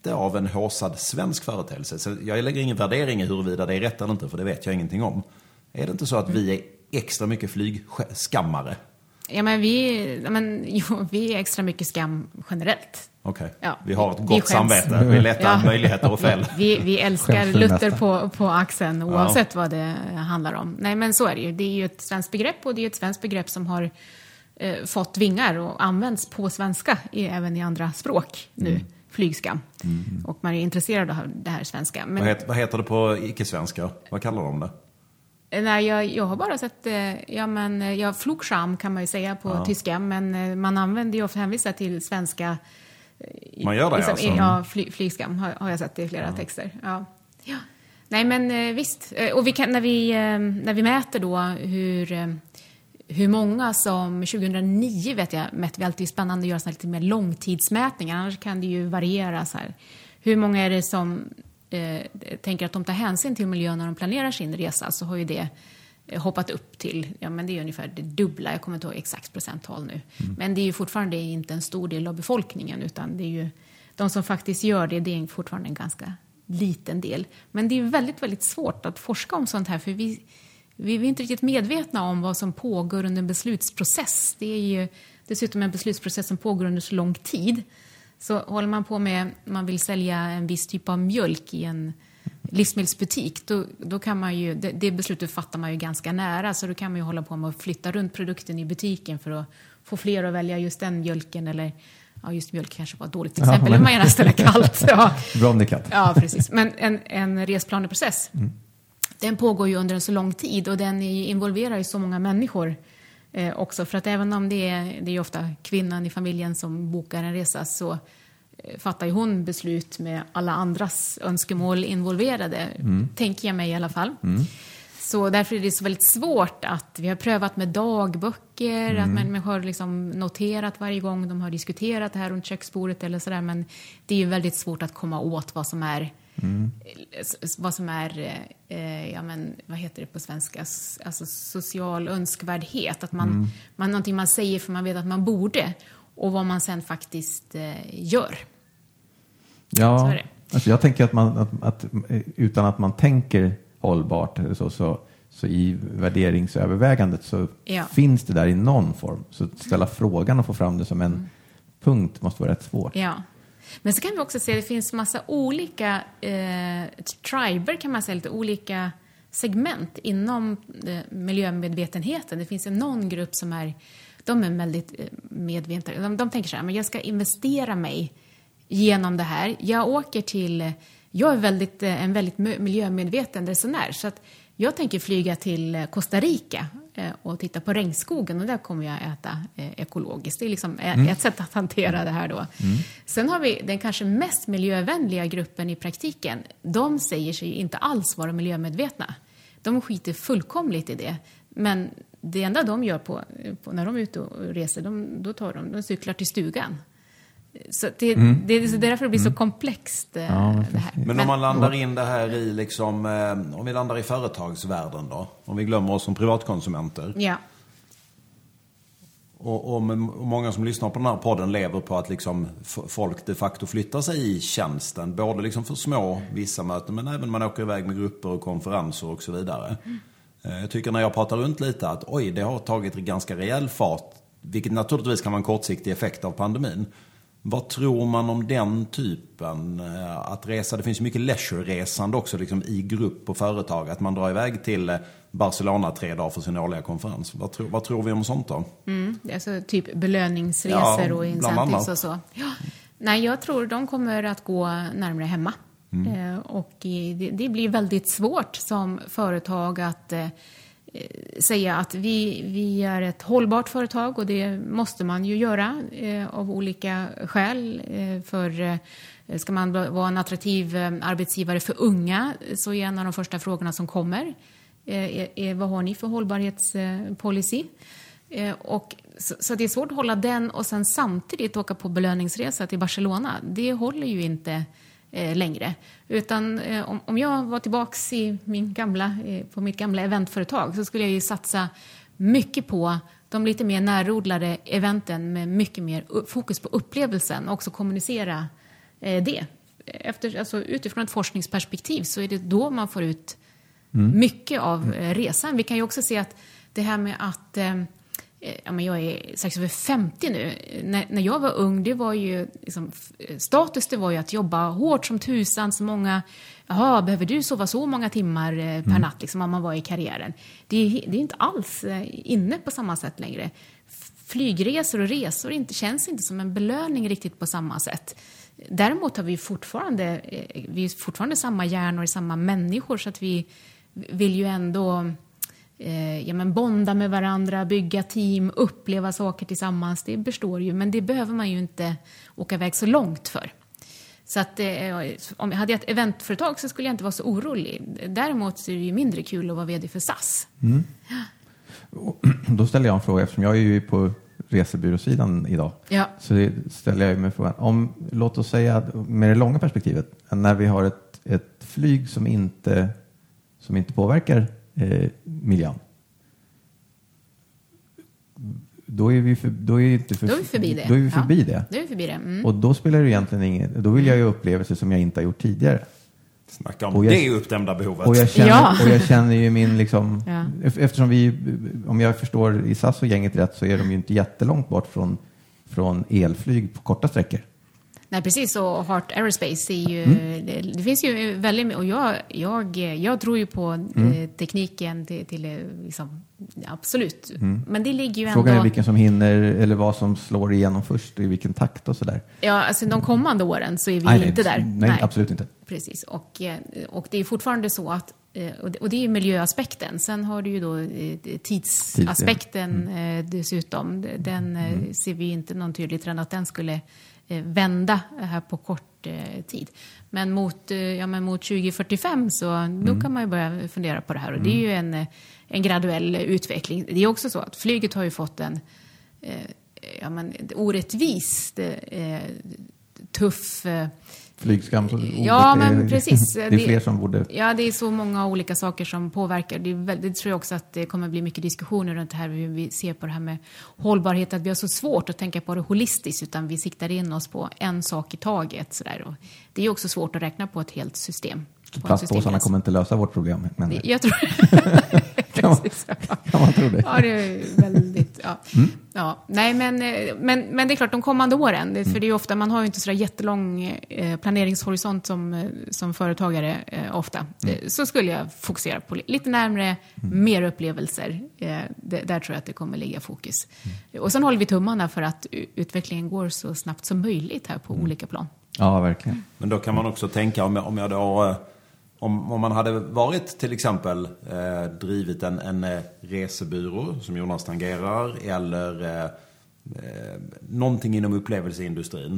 lite av en håsad svensk företeelse. Så jag lägger ingen värdering i huruvida det är rätt eller inte, för det vet jag ingenting om. Är det inte så att vi är extra mycket flygskammare? Ja, men vi, ja, men, jo, vi är extra mycket skam generellt. Okej, okay. Ja, vi har ett vi, gott vi samvete. Vi letar ja. möjligheter och fel. Vi, vi älskar Luther på, på axeln oavsett ja. vad det handlar om. Nej, men så är det ju. Det är ju ett svenskt begrepp, och det är ett svenskt begrepp som har eh, fått vingar och används på svenska i, även i andra språk nu. Mm. Flygskam. Mm. Och man är intresserad av det här svenska. Men, vad, heter, vad heter det på icke-svenska? Vad kallar de det? Nej, jag, jag har bara sett, ja men, ja, flugskam kan man ju säga på ja. tyska, men man använder ju ofta hänvisa till svenska. Man gör det liksom, alltså? Ja, fly, flygskam har, har jag sett i flera ja. texter. Ja. Ja. Nej, men visst. Och vi kan, när, vi, när vi mäter då hur, hur många som tjugohundranio vet jag, mätte vi alltid spännande att göra såna lite mer långtidsmätningar, annars kan det ju variera så här. Hur många är det som eh, tänker att de tar hänsyn till miljön när de planerar sin resa, så har ju det eh, hoppat upp till, ja men det är ungefär det dubbla, jag kommer inte ihåg exakt procenttal nu. Mm. Men det är ju fortfarande inte en stor del av befolkningen, utan det är ju de som faktiskt gör det, det är fortfarande en ganska liten del. Men det är väldigt, väldigt svårt att forska om sånt här, för vi, vi är inte riktigt medvetna om vad som pågår under en beslutsprocess. Det är ju dessutom en beslutsprocess som pågår under så lång tid. Så håller man på med, man vill sälja en viss typ av mjölk i en livsmedelsbutik, då, då kan man ju, det, det beslutet fattar man ju ganska nära, så då kan man ju hålla på med att flytta runt produkten i butiken för att få fler att välja just den mjölken, eller ja, just mjölk kanske var dåligt exempel, ja, men man gärna ställa kallt. Ja. Bra om det är kallt. Ja, precis. Men en, en resplaneprocess, mm. den pågår ju under en så lång tid, och den involverar ju så många människor eh, också. För att även om det är, det är ofta kvinnan i familjen som bokar en resa, så eh, fattar ju hon beslut med alla andras önskemål involverade, mm. tänker jag mig i alla fall. Mm. Så därför är det så väldigt svårt att vi har prövat med dagböcker, mm. att människor har liksom noterat varje gång de har diskuterat det här runt köksbordet eller sådär, men det är ju väldigt svårt att komma åt vad som är mm. vad som är eh, ja men vad heter det på svenska, alltså social önskvärdhet, att man, mm. man någonting man säger för man vet att man borde, och vad man sen faktiskt eh, gör. Ja, så är det. Alltså jag tänker att man att, att utan att man tänker hållbart eller så, så, så i värderingsövervägandet så ja. finns det där i någon form. Så att ställa frågan och få fram det som en mm. punkt måste vara rätt svårt. Ja. Men så kan vi också se att det finns massa olika eh, triber, kan man säga, lite olika segment inom eh, miljömedvetenheten. Det finns en någon grupp som är, de är väldigt eh, medvetna. De, de tänker så här, men jag ska investera mig genom det här. Jag åker till... Jag är väldigt, en väldigt miljömedveten resenär, så att jag tänker flyga till Costa Rica och titta på regnskogen, och där kommer jag äta ekologiskt. Det är liksom mm. ett sätt att hantera det här då. Mm. Sen har vi den kanske mest miljövänliga gruppen i praktiken. De säger sig inte alls vara miljömedvetna. De skiter fullkomligt i det. Men det enda de gör på, på när de är ute och reser, de, då tar de, de cyklar till stugan. Så det, mm. det är därför det blir så mm. komplext ja, det här. Men om man landar in det här i liksom, eh, om vi landar i företagsvärlden då, om vi glömmer oss som privatkonsumenter. Ja. Och om många som lyssnar på den här podden lever på att liksom folk de facto flyttar sig i tjänsten, både liksom för små vissa möten, men även man åker iväg med grupper och konferenser och så vidare. Mm. Jag tycker när jag pratar runt lite att oj, det har tagit ganska rejäl fart, vilket naturligtvis kan vara en kortsiktig effekt av pandemin. Vad tror man om den typen att resa? Det finns mycket leisure-resande också liksom i grupp och företag. Att man drar iväg till Barcelona tre dagar för sin årliga konferens. Vad tror, vad tror vi om sånt då? Mm, alltså typ belöningsresor ja, och incentives och så. Ja. Nej, jag tror de kommer att gå närmare hemma. Mm. Eh, och det, det blir väldigt svårt som företag att... Eh, säga att vi, vi är ett hållbart företag, och det måste man ju göra eh, av olika skäl. Eh, för eh, ska man vara en attraktiv eh, arbetsgivare för unga, så är en av de första frågorna som kommer eh, är, är vad har ni för hållbarhetspolicy? Eh, och så, så det är svårt att hålla den och sen samtidigt åka på belöningsresa till Barcelona. Det håller ju inte Eh, längre. Utan eh, om, om jag var tillbaks i min gamla, eh, på mitt gamla eventföretag, så skulle jag ju satsa mycket på de lite mer närodlade eventen med mycket mer fokus på upplevelsen, och också kommunicera eh, det. efter, alltså, utifrån ett forskningsperspektiv så är det då man får ut mm. mycket av mm. resan. Vi kan ju också se att det här med att eh, ja, men jag är strax över femtio nu. När, när jag var ung, det var ju liksom, status det var ju att jobba hårt som tusan, så många, jaha, behöver du sova så många timmar eh, per mm. natt liksom, om man var i karriären. Det är, det är inte alls eh, inne på samma sätt längre. Flygresor och resor inte, känns inte som en belöning riktigt på samma sätt. Däremot har vi fortfarande, eh, vi är fortfarande samma hjärnor, samma människor, så att vi vill ju ändå Eh, ja, men bonda med varandra, bygga team, uppleva saker tillsammans. Det består ju, men det behöver man ju inte åka iväg så långt för. Så att eh, om jag hade ett eventföretag så skulle jag inte vara så orolig. Däremot så är det ju mindre kul att vara vd för S A S. Mm. Då ställer jag en fråga, eftersom jag är ju på resebyråsidan idag. Ja. Så ställer jag mig frågan, om, låt oss säga med det långa perspektivet, när vi har ett, ett flyg som inte, som inte påverkar Eh, miljön. Då är vi, för, då är inte för, då är vi förbi det. Då är vi förbi ja. det. Då är vi förbi det. Mm. Och då spelar det egentligen ingen. Då vill jag ju upplevelser som jag inte har gjort tidigare. Snacka om jag, det uppdämda behovet. Och jag känner, ja. och jag känner ju min liksom, ja. eftersom vi, om jag förstår i S A S och gänget rätt, så är de ju inte jättelångt bort från, från elflyg på korta sträckor. Nej, precis, och Heart Aerospace är ju, mm. det, det finns ju väldigt mycket, och jag, jag, jag tror ju på mm. eh, tekniken till, till liksom, absolut, mm. men det ligger ju ändå... Frågan är vilken som hinner, eller vad som slår igenom först, i vilken takt och sådär. Ja, alltså de kommande åren så är vi nej, inte nej, där. Nej, nej, absolut inte. Precis, och, och det är fortfarande så att, och det är ju miljöaspekten, sen har du ju då tidsaspekten mm. dessutom, den mm. ser vi inte någon tydlig trend att den skulle vända här på kort eh, tid. Men mot, eh, ja, men mot tjugo fyrtiofem så mm. då kan man ju börja fundera på det här. Och mm. det är ju en, en graduell utveckling. Det är också så att flyget har ju fått en eh, ja, men, orättvist eh, tuff... Eh, Flygskam. Ja, men precis. Det är fler som borde... Ja, det är så många olika saker som påverkar. Det, är väldigt, det tror jag också att det kommer bli mycket diskussioner runt det här. Hur vi ser på det här med hållbarhet. Att vi har så svårt att tänka på det holistiskt. Utan vi siktar in oss på en sak i taget. Så där. Och det är också svårt att räkna på ett helt system. Plastpåsarna kommer inte lösa vårt problem. Men... Det, jag tror... kan, man, kan man tro det? Ja, det är väldigt... Ja. Mm. Ja, nej, men, men, men det är klart, de kommande åren, mm. för det är ofta, man har ju inte så jättelång eh, planeringshorisont som, som företagare eh, ofta. Mm. Så skulle jag fokusera på lite närmare, mm. mer upplevelser. Eh, det, där tror jag att det kommer ligga fokus. Mm. Och sen håller vi tummarna för att utvecklingen går så snabbt som möjligt här på mm. olika plan. Ja, verkligen. Men då kan man också tänka, om jag, om jag då... Om, om man hade varit till exempel eh, drivit en, en eh, resebyrå som Jonas tangerar, eller eh, eh, någonting inom upplevelseindustrin.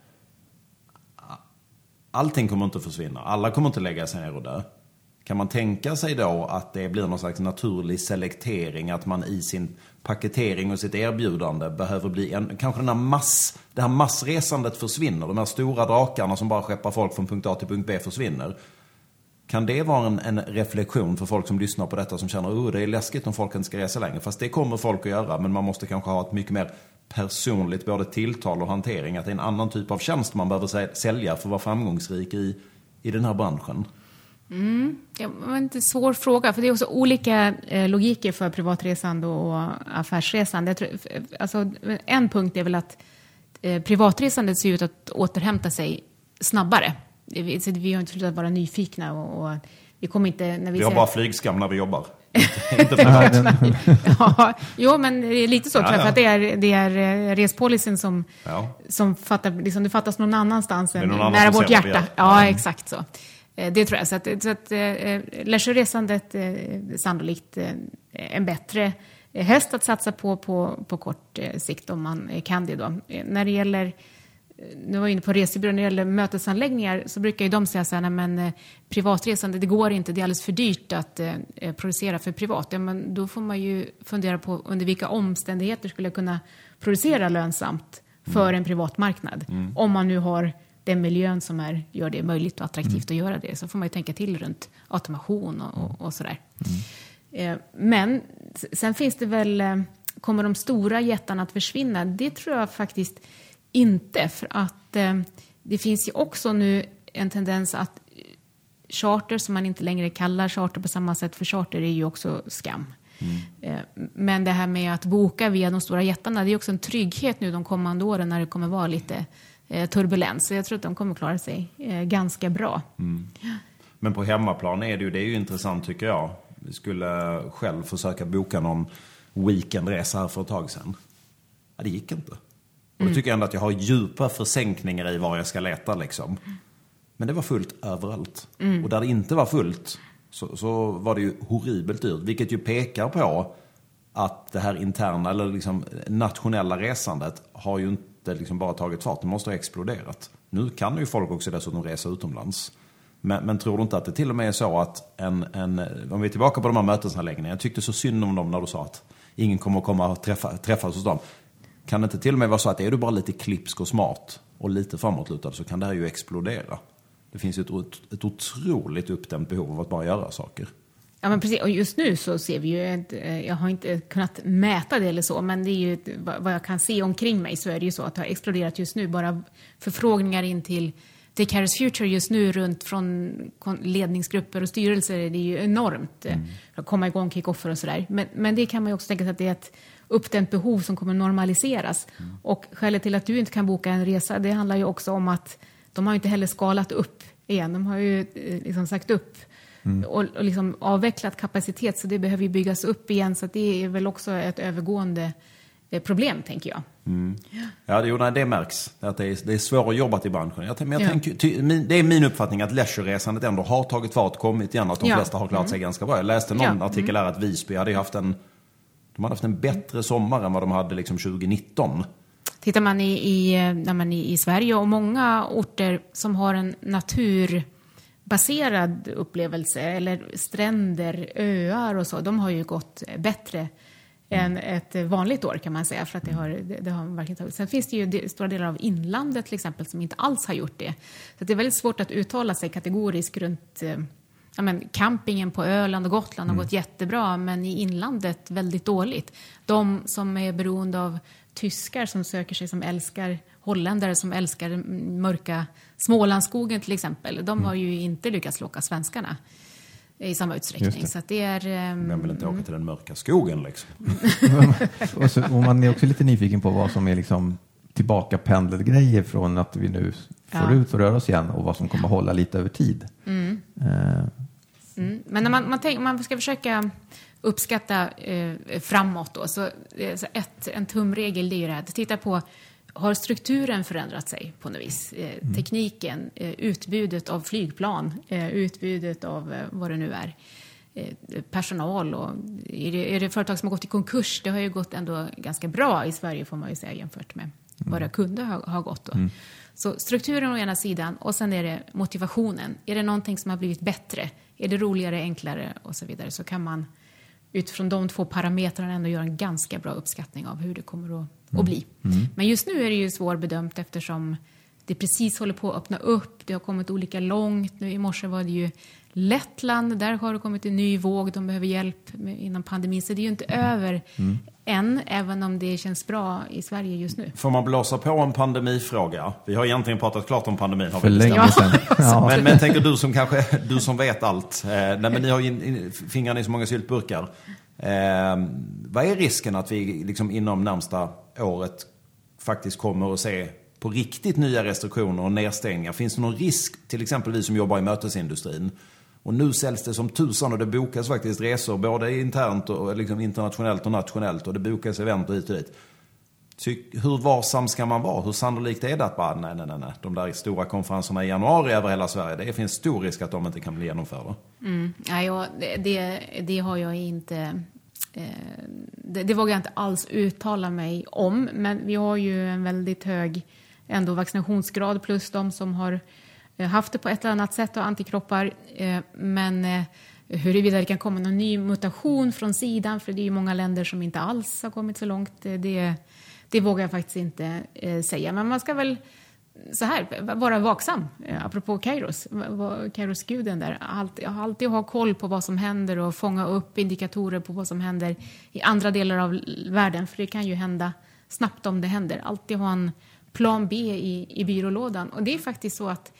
Allting kommer inte att försvinna. Alla kommer inte att lägga sig ner och dö. Kan man tänka sig då att det blir någon slags naturlig selektering, att man i sin paketering och sitt erbjudande behöver bli en, kanske den här mass, det här massresandet försvinner, de här stora drakarna som bara skeppar folk från punkt A till punkt B försvinner. Kan det vara en, en reflektion för folk som lyssnar på detta, som känner att oh, det är läskigt om folk inte ska resa längre? Fast det kommer folk att göra, men man måste kanske ha ett mycket mer personligt både tilltal och hantering. Att det är en annan typ av tjänst man behöver sälja för att vara framgångsrik i, i den här branschen. Mm. Ja, det var en inte svår fråga, för det är också olika eh, logiker för privatresande och affärsresande. Jag tror, alltså, en punkt är väl att eh, privatresandet ser ut att återhämta sig snabbare. Vi, så vi har inte slutat vara nyfikna och, och vi kommer inte... När vi, vi har ser... bara flygskam när vi jobbar. Inte privat. Ja, jo, men det är lite så, ja, tror jag, ja. För att det är, det är respolicyn som, ja. som fattar, liksom, det fattas någon annanstans än någon nära vårt hjärta. Ja, ja, exakt så. Det tror jag. Så att, så att äh, leisureresandet är sannolikt äh, en bättre häst att satsa på på, på kort äh, sikt om man kan det då. När det gäller... Nu var jag inne på resebyrån, när det gäller mötesanläggningar så brukar ju de säga så här, nej, men eh, privatresande, det går inte, det är alldeles för dyrt att eh, producera för privat. Ja, men då får man ju fundera på under vilka omständigheter skulle jag kunna producera lönsamt för mm. en privat marknad. Mm. Om man nu har den miljön som är, gör det möjligt och attraktivt mm. att göra det, så får man ju tänka till runt automation och, och, och sådär. Mm. Eh, men sen finns det väl, eh, kommer de stora jättarna att försvinna? Det tror jag faktiskt inte, för att eh, det finns ju också nu en tendens att charter som man inte längre kallar charter på samma sätt, för charter är ju också skam. Mm. Men det här med att boka via de stora jättarna, det är också en trygghet nu de kommande åren när det kommer vara lite turbulens. Så jag tror att de kommer klara sig ganska bra. Mm. Men på hemmaplan är det ju, det är ju intressant tycker jag. Vi skulle själv försöka boka någon weekendresa här för ett tag sedan. Ja, det gick inte. Och då tycker jag ändå att jag har djupa försänkningar i var jag ska leta liksom. Men det var fullt överallt. Mm. Och där det inte var fullt så, så var det ju horribelt dyrt. Vilket ju pekar på att det här interna eller liksom nationella resandet har ju inte liksom bara tagit fart. Det måste ha exploderat. Nu kan ju folk också dessutom resa utomlands. Men, men tror du inte att det till och med är så att en, en, om vi är tillbaka på de här mötesanläggningarna, jag tyckte så synd om dem när du sa att ingen kommer att komma och träffa, träffas hos dem. Kan det inte till och med vara så att är du bara lite klipsk och smart och lite framåtlutad så kan det här ju explodera. Det finns ju ett, ett otroligt uppdämt behov av att bara göra saker. Ja, men precis. Och just nu så ser vi ju, ett, jag har inte kunnat mäta det eller så, men det är ju vad jag kan se omkring mig så är det ju så att det har exploderat just nu. Bara förfrågningar in till The Kairos Future just nu runt från ledningsgrupper och styrelser, det är ju enormt mm. att komma igång, kick-offer och sådär. Men, men det kan man ju också tänka sig att det är ett uppdämt behov som kommer normaliseras. Mm. Och skälet till att du inte kan boka en resa, det handlar ju också om att de har ju inte heller skalat upp igen. De har ju liksom sagt upp mm. och, och liksom avvecklat kapacitet, så det behöver ju byggas upp igen. Så att det är väl också ett övergående problem, tänker jag. Mm. Ja, det, nej, det märks. Att det, är, det är svårt att jobba till branschen. Jag, men jag ja. tänker, ty, min, det är min uppfattning att leisure-resandet ändå har tagit fart, kommit igen, att de ja. flesta har klarat mm. sig ganska bra. Jag läste någon ja. artikel här att Visby hade haft en, de hade haft en bättre sommar än vad de hade liksom tjugonitton. Tittar man i, i, när man i, i Sverige och många orter som har en naturbaserad upplevelse eller stränder, öar och så, de har ju gått bättre än ett vanligt år kan man säga, för att det har, det, det har verkligen tagit. Sen finns det ju stora delar av inlandet till exempel som inte alls har gjort det. Så det är väldigt svårt att uttala sig kategoriskt runt ja, men campingen på Öland och Gotland har mm. gått jättebra, men i inlandet väldigt dåligt. De som är beroende av tyskar som söker sig, som älskar holländare som älskar mörka Smålandsskogen till exempel, de har ju inte lyckats locka svenskarna i samma utsträckning. Så att det är... Um... Men vill inte åka till den mörka skogen liksom. och, så, och man är också lite nyfiken på vad som är liksom tillbaka pendelgrejer från att vi nu får ja. ut och röra oss igen och vad som kommer att hålla lite över tid. Mm. Uh. Mm. Men när man, man, tänk, man ska försöka uppskatta eh, framåt då, så, så ett, en tumregel det är ju det här att titta på, har strukturen förändrat sig på något vis? Eh, mm. Tekniken, eh, utbudet av flygplan, eh, utbudet av eh, vad det nu är, eh, personal och är det, är det företag som har gått i konkurs? Det har ju gått ändå ganska bra i Sverige får man ju säga jämfört med mm. vad det kunde ha, ha gått då. Mm. Så strukturen å ena sidan och sen är det motivationen. Är det någonting som har blivit bättre? Är det roligare, enklare och så vidare, så kan man utifrån de två parametrarna ändå göra en ganska bra uppskattning av hur det kommer att, att bli. Mm. Mm. Men just nu är det ju svårbedömt eftersom det precis håller på att öppna upp. Det har kommit olika långt. Nu i morse var det ju Lettland. Där har det kommit en ny våg. De behöver hjälp med, innan pandemin. Så det är ju inte mm. över mm. än, även om det känns bra i Sverige just nu. Får man blåsa på en pandemifråga? Vi har egentligen pratat klart om pandemin. Har För länge sedan. Ja. Men, men tänker du som kanske, du som vet allt. Eh, nej, men ni har in, in, fingrarna i så många syltburkar. Eh, vad är risken att vi liksom inom närmsta året faktiskt kommer att se på riktigt nya restriktioner och nedstängningar? Finns det någon risk, till exempel vi som jobbar i mötesindustrin, och nu säljs det som tusan och det bokas faktiskt resor både internt och liksom internationellt och nationellt, och det bokas event och hit och dit. Så hur varsam ska man vara? Hur sannolikt är det att bara, nej, nej, nej, nej. De där stora konferenserna i januari över hela Sverige, det finns stor risk att de inte kan bli genomförda? Mm. Ja, ja, det, det har jag inte... Eh, det, det vågar jag inte alls uttala mig om, men vi har ju en väldigt hög ändå vaccinationsgrad plus de som har haft det på ett eller annat sätt och antikroppar. Men huruvida det kan komma någon ny mutation från sidan, för det är ju många länder som inte alls har kommit så långt, det, det vågar jag faktiskt inte säga. Men man ska väl så här, vara vaksam, apropå Kairos, Kairos-guden där. Alltid, alltid ha koll på vad som händer och fånga upp indikatorer på vad som händer i andra delar av världen, för det kan ju hända snabbt om det händer. Alltid ha en plan B i, i byrålådan. Och det är faktiskt så att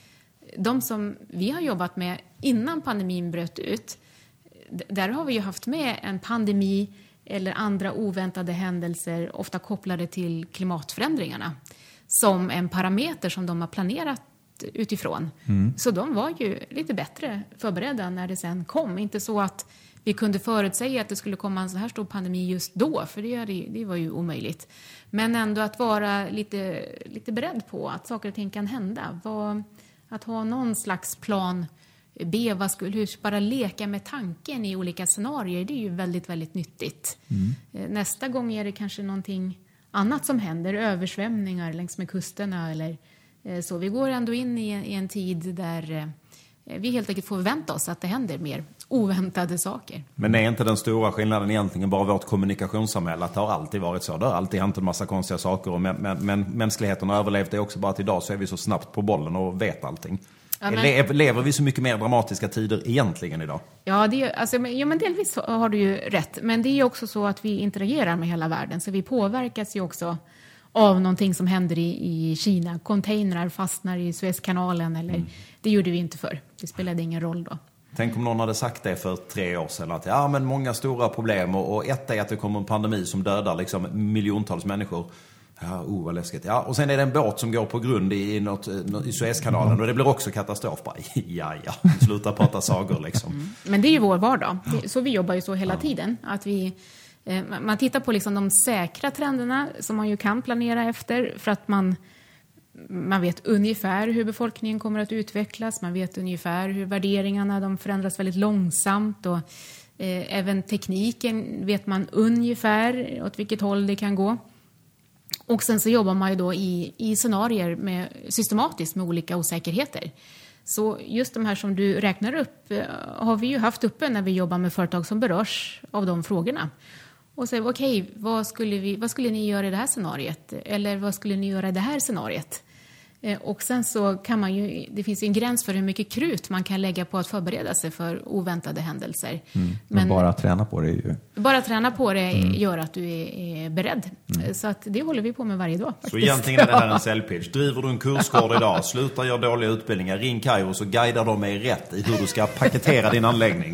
de som vi har jobbat med innan pandemin bröt ut, där har vi ju haft med en pandemi eller andra oväntade händelser, ofta kopplade till klimatförändringarna, som en parameter som de har planerat utifrån. Mm. Så de var ju lite bättre förberedda när det sen kom. Inte så att vi kunde förutsäga att det skulle komma en så här stor pandemi just då, för det, det var ju omöjligt. Men ändå att vara lite, lite beredd på att saker och ting kan hända. Var, att ha någon slags plan B, vad skulle, hur bara leka med tanken i olika scenarier, det är ju väldigt, väldigt nyttigt. Mm. Nästa gång är det kanske någonting annat som händer, översvämningar längs med kusterna eller så. Vi går ändå in i en, i en tid där vi helt enkelt får vänta oss att det händer mer oväntade saker. Men är inte den stora skillnaden egentligen bara vårt kommunikationssamhälle? Att det har alltid varit så. Det har alltid hänt en massa konstiga saker. Och men, men, men mänskligheten har överlevt det också, bara att idag så är vi så snabbt på bollen och vet allting. Ja, men... Le- lever vi så mycket mer dramatiska tider egentligen idag? Ja, det, alltså, ja, men delvis har du ju rätt. Men det är ju också så att vi interagerar med hela världen. Så vi påverkas ju också av någonting som händer i, i Kina. Containrar fastnar i Suezkanalen. Eller, mm. Det gjorde vi inte för. Det spelade ingen roll då. Tänk om någon hade sagt det för tre år sedan. Att ja, men många stora problem. Och, och ett är att det kommer en pandemi som dödar liksom miljontals människor. Ja, oh, vad läskigt. Ja, och sen är det en båt som går på grund i, något, i Suezkanalen. Mm. Och det blir också katastrof. Bara, ja, ja. Sluta prata sagor liksom. Mm. Men det är ju vår vardag. Så vi jobbar ju så hela ja. tiden. Att vi... Man tittar på liksom de säkra trenderna som man ju kan planera efter, för att man, man vet ungefär hur befolkningen kommer att utvecklas. Man vet ungefär hur värderingarna de förändras väldigt långsamt. Och eh, även tekniken vet man ungefär åt vilket håll det kan gå. Och sen så jobbar man ju då i, i scenarier med, systematiskt med olika osäkerheter. Så just de här som du räknar upp eh, har vi ju haft uppe när vi jobbar med företag som berörs av de frågorna. Och säga, okej, okay, vad, skulle vi, vad skulle ni göra i det här scenariet? Eller vad skulle ni göra i det här scenariet? Eh, och sen så kan man ju, det finns en gräns för hur mycket krut man kan lägga på att förbereda sig för oväntade händelser. Mm, men, men bara träna på det ju. Bara träna på det mm. gör att du är, är beredd. Mm. Så att det håller vi på med varje dag. Faktiskt. Så egentligen är det här en säljpitch. Driver du en kursgård idag, sluta göra dåliga utbildningar, ring Kairo så guidar de mig rätt i hur du ska paketera din anläggning.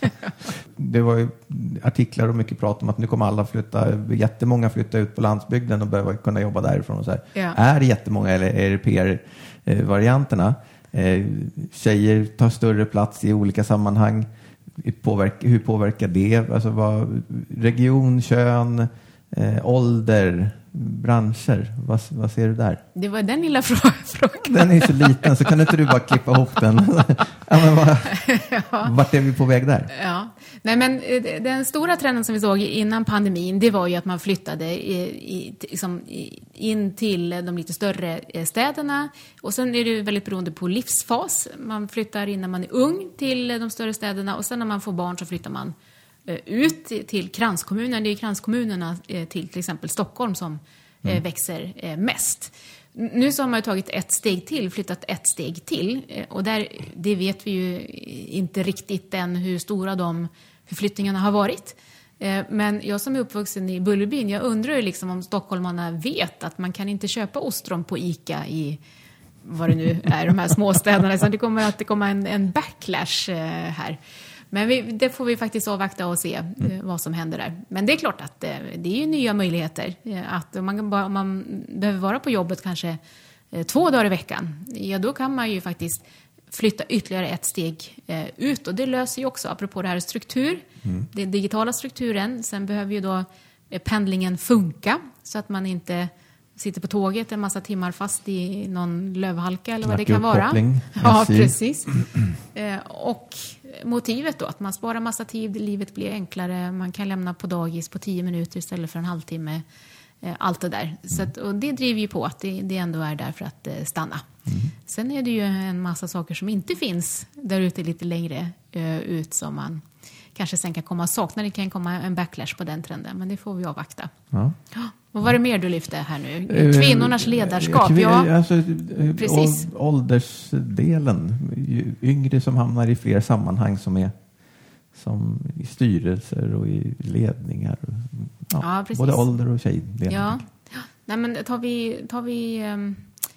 Det var ju artiklar och mycket prat om att nu kommer alla flytta, jättemånga flytta ut på landsbygden och behöva kunna jobba därifrån. Och så här. Ja. Är det jättemånga eller är det P R-varianterna? Eh, tjejer tar större plats i olika sammanhang. Påverkar, hur påverkar det? Alltså vad, region, kön, eh, ålder, branscher. Vad, vad ser du där? Det var den lilla frågan. Den är så liten så kan inte du bara klippa ihop den. Ja, men vad, ja. Vart är vi på väg där? Ja. Nej, men den stora trenden som vi såg innan pandemin, det var ju att man flyttade i, i, liksom, in till de lite större städerna. Och sen är det väldigt beroende på livsfas. Man flyttar in när man är ung till de större städerna och sen när man får barn så flyttar man ut till kranskommunen. Det är kranskommunerna till till exempel Stockholm som mm. växer mest. Nu så har man ju tagit ett steg till, flyttat ett steg till. Och där, det vet vi ju inte riktigt än hur stora de förflyttningarna har varit. Men jag som är uppvuxen i Bullerbyn, jag undrar ju liksom om stockholmarna vet att man kan inte köpa ostron på ICA i vad det nu är, de här småstäderna. Så det kommer att det kommer en, en backlash här. Men vi, det får vi faktiskt avvakta och se mm. vad som händer där. Men det är klart att det, det är ju nya möjligheter. Att om man, om man behöver vara på jobbet kanske två dagar i veckan, ja då kan man ju faktiskt flytta ytterligare ett steg ut. Och det löser ju också, apropå det här struktur, mm. den digitala strukturen. Sen behöver ju då pendlingen funka så att man inte sitter på tåget en massa timmar fast i någon lövhalka eller vad det kan vara. Ja, precis. Och motivet då, att man sparar massa tid, livet blir enklare, man kan lämna på dagis på tio minuter istället för en halvtimme, allt det där. Så att, och det driver ju på att det, det ändå är där för att stanna. Mm. Sen är det ju en massa saker som inte finns där ute lite längre uh, ut som man kanske sen kan komma och sakna. Det kan komma en backlash på den trenden, men det får vi avvakta. Ja. Vad var det mer du lyfte här nu? Kvinnornas ledarskap, Kvin- ja. Alltså, precis. Åldersdelen. Yngre som hamnar i fler sammanhang som är som i styrelser och i ledningar. Ja, ja, både ålder och tjejledning. Ja. Nej, men tar vi, tar vi um,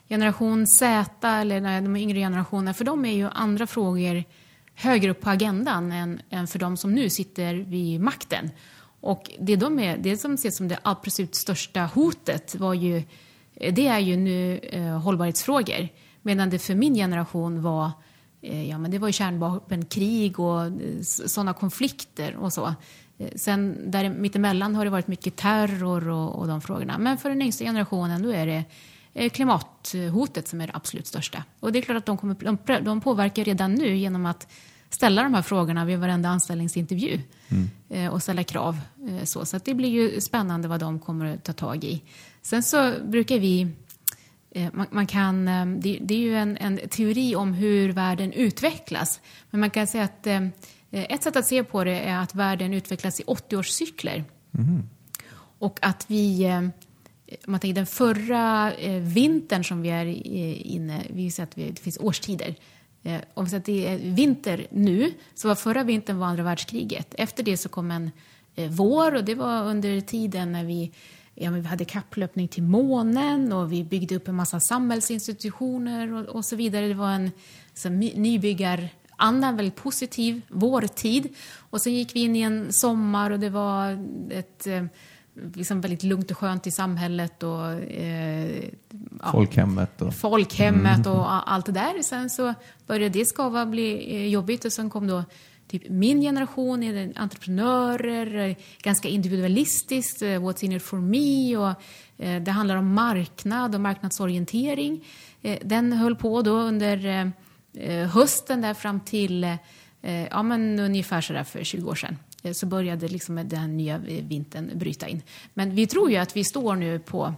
generation Z eller nej, de yngre generationerna, för de är ju andra frågor högre upp på agendan än, än för de som nu sitter vid makten. Och det, de är, det som ses som det absolut största hotet var ju, det är ju nu eh, hållbarhetsfrågor. Medan det för min generation var, eh, ja, men det var ju kärnvapenkrig och eh, sådana konflikter och så. Eh, sen där mittemellan har det varit mycket terror och, och de frågorna. Men för den yngsta generationen då är det eh, klimathotet som är det absolut största. Och det är klart att de, kommer, de, de påverkar redan nu genom att ställa de här frågorna vid varenda anställningsintervju mm. eh, och ställa krav. Eh, så så att det blir ju spännande vad de kommer att ta tag i. Sen så brukar vi, eh, man, man kan, eh, det, det är ju en, en teori om hur världen utvecklas. Men man kan säga att eh, ett sätt att se på det är att världen utvecklas i åttio-årscykler. Mm. Och att vi, eh, om man tänker den förra eh, vintern som vi är inne, vi ser att vi, det finns årstider. Eh, om vi säger att det är vinter nu, så var förra vintern var andra världskriget. Efter det så kom en eh, vår, och det var under tiden när vi, ja, vi hade kapplöpning till månen och vi byggde upp en massa samhällsinstitutioner och, och så vidare. Det var en så, nybyggarandan, väldigt positiv vårtid. Och sen gick vi in i en sommar och det var ett eh, liksom väldigt lugnt och skönt i samhället och eh, folkhemmet och, folkhemmet och mm. allt det där. Sen så började det skava bli eh, jobbigt, och sen kom då typ min generation, är entreprenörer, ganska individualistiskt, eh, what's in it for me, och eh, det handlar om marknad och marknadsorientering. Eh, den höll på då under eh, hösten där fram till eh, ja, men ungefär så där för tjugo år sedan. Så började liksom den nya vintern bryta in. Men vi tror ju att vi står nu på,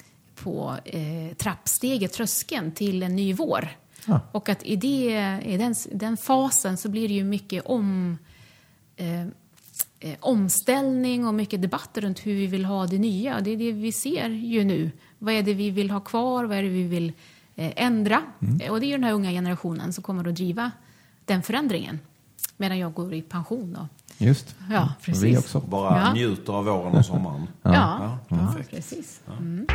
på eh, trappsteget, tröskeln till en ny vår. Ja. Och att i, det, i den, den fasen så blir det ju mycket om, eh, omställning och mycket debatter runt hur vi vill ha det nya. Det är det vi ser ju nu. Vad är det vi vill ha kvar? Vad är det vi vill eh, ändra? Mm. Och det är ju den här unga generationen som kommer att driva den förändringen. Medan jag går i pension och just. Ja, precis. Vi också. Bara ja. njuter av våren och sommaren. Ja, ja, ja, ja precis. Mm.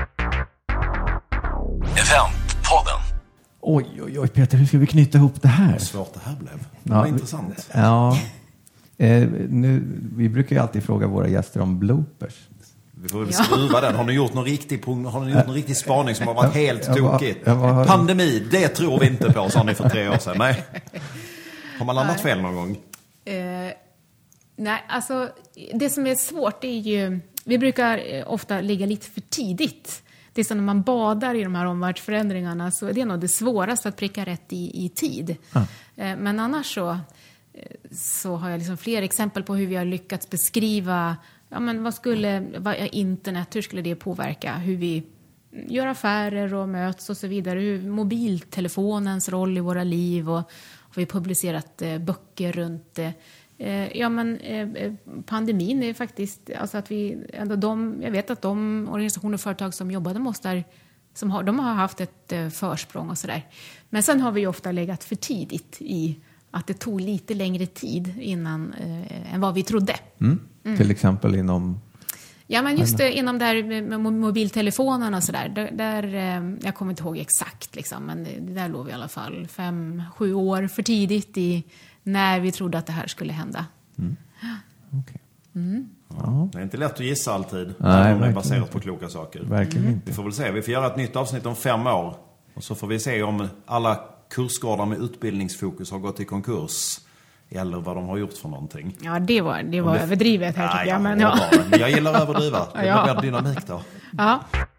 Eventpodden. Oj, oj, oj, Peter, hur ska vi knyta ihop det här? Vad svårt det här blev. Det var ja, intressant. Ja, eh, nu, vi brukar ju alltid fråga våra gäster om bloopers. Vi får väl skruva ja. den. Har ni gjort någon riktig, har ni gjort någon riktig spaning som har varit helt jag var, tokigt? jag var, Pandemi, det tror vi inte på, sa ni för tre år sedan. Nej. Har man landat fel någon gång? Eh, nej, alltså det som är svårt är ju, vi brukar ofta ligga lite för tidigt. Det är så när man badar i de här omvärldsförändringarna, så är det nog det svåraste att pricka rätt i, i tid. Ah. Eh, men annars så, så har jag liksom fler exempel på hur vi har lyckats beskriva, ja, men vad skulle vad är internet, hur skulle det påverka hur vi gör affärer och möts och så vidare. Hur mobiltelefonens roll i våra liv, och vi har publicerat eh, böcker runt det. Eh, ja, men eh, pandemin är faktiskt, alltså att vi ändå de, jag vet att de organisationer och företag som jobbade med oss där, som har, de har haft ett eh, försprång och sådär. Men sen har vi ju ofta legat för tidigt i att det tog lite längre tid innan eh, än vad vi trodde. Mm. Mm. Till exempel inom... Ja, men just det, inom där med mobiltelefonerna och sådär, där, där, jag kommer inte ihåg exakt liksom, men det, där låg vi i alla fall fem, sju år för tidigt i när vi trodde att det här skulle hända. Mm. Okay. Mm. Ja. Det är inte lätt att gissa alltid. Nej, det är baserat på kloka saker. Verkligen mm. inte. Vi får väl se, vi får göra ett nytt avsnitt om fem år. Och så får vi se om alla kursgårdar med utbildningsfokus har gått i konkurs. Eller vad de har gjort för någonting. Ja, det var, det var det... överdrivet här, tycker jag. Men, ja. men jag gillar att överdriva. Det ja. blir mer dynamik då. Ja.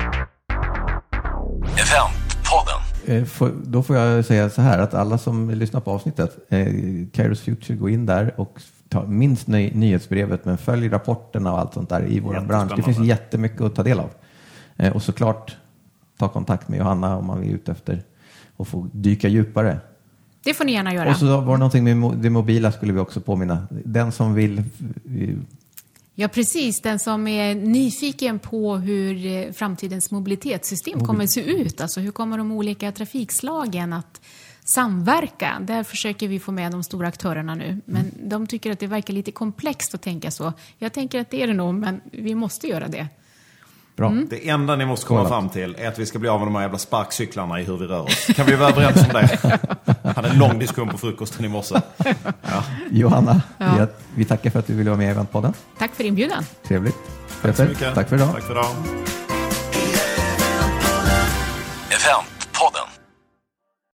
Eventpodden. Eh, för, då får jag säga så här, att alla som lyssnar på avsnittet, eh, Kairos Future, gå in där och ta minst ny, nyhetsbrevet, men följ rapporterna och allt sånt där i vår bransch. Det finns jättemycket att ta del av. Eh, och såklart ta kontakt med Johanna om man är ute efter att få dyka djupare. Det får ni gärna göra. Och så var det någonting med det mobila, skulle vi också påminna. Den som vill... Ja, precis. Den som är nyfiken på hur framtidens mobilitetssystem Mobil. kommer att se ut. Alltså hur kommer de olika trafikslagen att samverka? Där försöker vi få med de stora aktörerna nu. Men mm. de tycker att det verkar lite komplext att tänka så. Jag tänker att det är det nog, men vi måste göra det. Bra. Mm. Det enda ni måste komma Skålat. fram till är att vi ska bli av med de här jävla sparkcyklarna i hur vi rör oss. Kan vi vara överens om det? Jag hade en lång diskussion på frukosten i morse. Ja. Johanna, ja. vi, vi tackar för att du ville vara med i Eventpodden. Tack för inbjudan. Trevligt. Tack så mycket. Tack för idag. Tack för idag. Eventpodden.